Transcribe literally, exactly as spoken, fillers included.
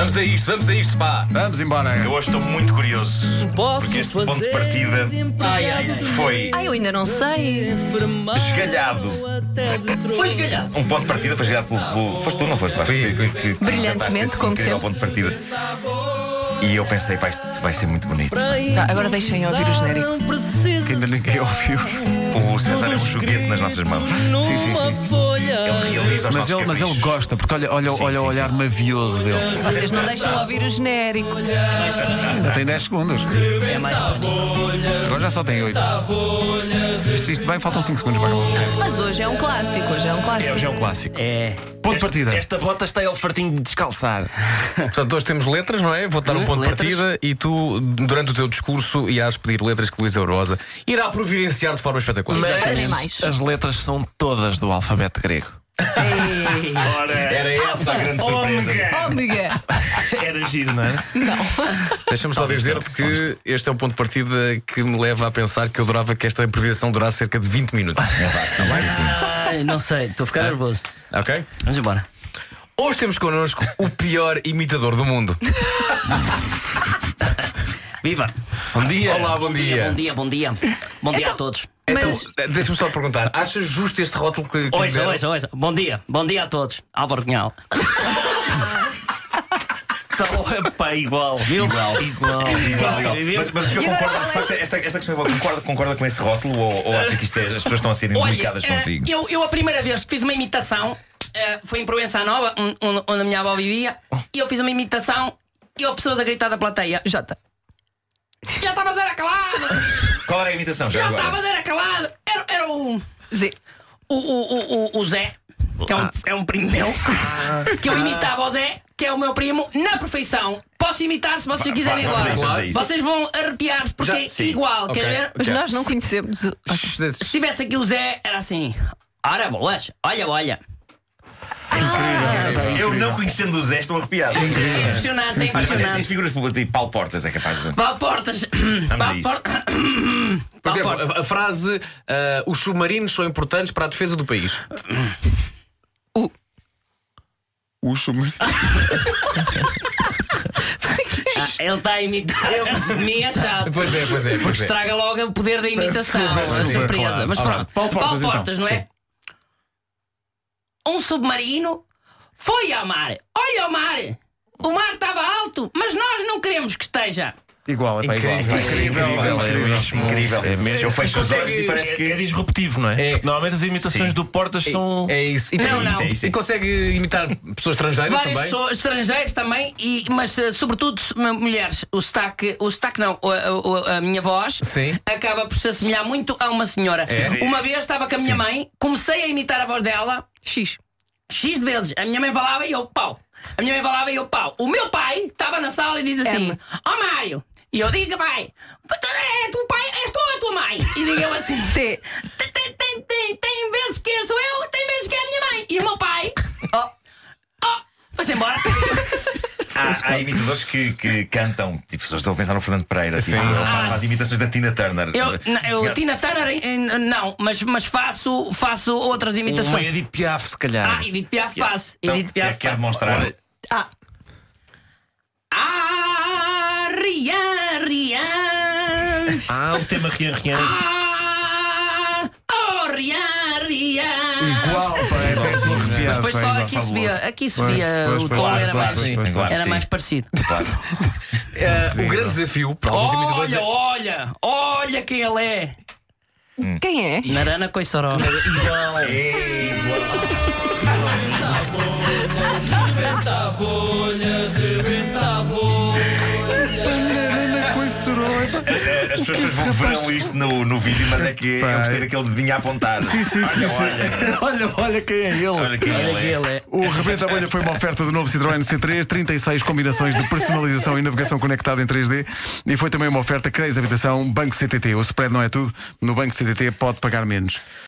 Vamos a isto, vamos a isto, pá. Vamos embora. Eu hoje estou muito curioso. Porque este ponto de partida Ai, ai, ai. foi Ai, eu ainda não sei. esgalhado. Foi esgalhado. Um ponto de partida foi esgalhado pelo. pelo foste tu, não foste? Vasco? Fui, fui. Que- que- que Brilhantemente, cantaste esse como incrível sempre. ponto de partida. E eu pensei, pá, isto vai ser muito bonito. Tá, agora deixem ouvir o genérico. Que ainda ninguém ouviu. O César é um joguete nas nossas mãos. Sim, sim, sim. Ele realiza os Mas nossos ele, mas ele caprichos. gosta, porque olha, olha, Sim, olha sim, o olhar sim. mavioso dele. Vocês não deixam ouvir o genérico. Ainda tem dez segundos. É mais bonito. Agora já só tem oito. Isto, isto bem, faltam cinco segundos para acabar. Mas hoje é um clássico, hoje é um clássico. Hoje é um clássico. É. Ponto de partida. Esta bota está ele fartinho de descalçar. Portanto, hoje temos letras, não é? Vou-te dar um Hum, ponto letras. de partida e tu, durante o teu discurso, irás pedir letras que Luís Eurosa irá providenciar de forma espetacular. Exatamente. mais. as letras são todas do alfabeto grego. Ei, Era essa a grande surpresa. Oh, Miguel. Era giro, não é? Deixa-me só dizer-te que este é um ponto de partida que me leva a pensar que eu adorava que esta improvisação durasse cerca de vinte minutos. Ai, não sei, estou a ficar nervoso. Ok? Vamos embora. Hoje temos connosco o pior imitador do mundo. Viva! Bom dia. Olá, bom dia. Bom dia, bom dia. Bom dia a todos. Então, Mas- deixa-me só perguntar: achas justo este rótulo que, que lhe Ouça, deram? ouça, ouça. Bom dia, bom dia a todos. Álvaro Cunhal. Está pá, igual, viu? Igual. igual. Igual, igual. Viu? Mas, mas eu E agora concordo, qual de é? facto, esta, esta questão é boa. Concorda, concorda com esse rótulo ou, ou acha que isto é, as pessoas estão a ser implicadas Olha, consigo? eh, eu, eu a primeira vez que fiz uma imitação eh, foi em Provença Nova, onde, onde a minha avó vivia, e eu fiz uma imitação e houve pessoas a gritar da plateia: Jota. já estavas era calado! Qual era a imitação? Já Já agora? estavas era calado! Era, era o, Z. o, o, o, o, o Zé, que é um, é um primo meu, que eu imitava o Zé, que é o meu primo, na perfeição. Posso imitar se vocês Vá, quiserem vá, vamos a igual. isso, vamos a isso. Vocês vão arrepiar-se porque Já- é sim. igual. Ok. Quer ver? Mas Ok. nós não conhecemos o. Se tivesse aqui o Zé, era assim: ora boas, olha, olha. Eu não conhecendo o Zé, estou arrepiado. É impressionante, é Mas, mas essas impressionante. figuras públicas, tipo Paulo Portas, é capaz de. Paulo Portas. Vamos a Paulo isso. Por- Por Paulo exemplo, Portas. a, a frase ah, os submarinos são importantes para a defesa do país. O chumbo. Ah, ele está a imitar antes de mim, é chato. Pois é, pois é, Porque pois é. estraga logo o poder da imitação, desculpa, a peço desculpa, surpresa. claro. Mas Ah, pronto, Paulo Portas, então. Portas, não é? Um submarino foi ao mar. Olha o mar! O mar estava alto, mas nós não queremos que esteja. Igual, é para igual. Incrível, Incrível, incrível, incrível, mesmo. incrível. É mesmo. Eu fecho os olhos e parece É, que. é disruptivo, não é? É. Porque normalmente as imitações Sim. do Portas são. É isso. E, Não, tem- não. É isso, é e consegue imitar pessoas estrangeiras Várias também? pessoas estrangeiras também, e, mas eh, sobretudo m- mulheres. O sotaque, o sotaque não, o- o- o- a minha voz Sim. acaba por se assemelhar muito a uma senhora. É? Uma vez estava com a minha mãe, comecei a imitar a voz dela. X. X de vezes. A minha mãe falava e eu pau. A minha mãe falava e eu pau. O meu pai estava na sala e diz assim: M. Ó Mário. E eu digo, pai, tu é tu pai, és tu ou a tua mãe? E digo eu assim: T. tem, tem, tem, tem, tem vezes que sou eu, tem vezes que é a minha mãe. E o meu pai, oh, oh, foi-se embora. Há, há imitadores que, que cantam, tipo, pessoas estão a pensar no Fernando Pereira, tipo, Sim. ele Ah, faz imitações da Tina Turner. Eu, não, eu Tina Turner, eh, não, mas, mas faço, faço outras Uma imitações. Edith Piaf, se calhar. Ah, Edith Piaf faço. Então, Edith quer, Piaf quer faço. demonstrar? A. Ah, Rian, Rian. Ah, o tema Rian Rian. Ah, oh, Rian, Rian. Igual, pá, é até sou arrepiado. Mas depois pá, só igual, aqui fabuloso. subia, aqui subia Pois, o pois, tom claro, era, mais, claro, pois, claro, era sim. mais parecido. Claro. Ah, o grande desafio para alguns imitadores Olha, é. olha, olha quem ele é. Quem é? Narana Coissoró. Banana com esse soroi, pá. As pessoas vão verão isto no, no vídeo, mas é que Pá, eu gostei daquele dedinho a apontar. Sim, sim, sim, sim. Olha, olha quem é ele. Olha quem Olha ele quem é. ele é. O Rebenta a Bolha foi uma oferta do novo Citroën C três, trinta e seis combinações de personalização e navegação conectada em três D, e foi também uma oferta crédito de habitação Banco C T T. O spread não é tudo, no Banco C T T pode pagar menos.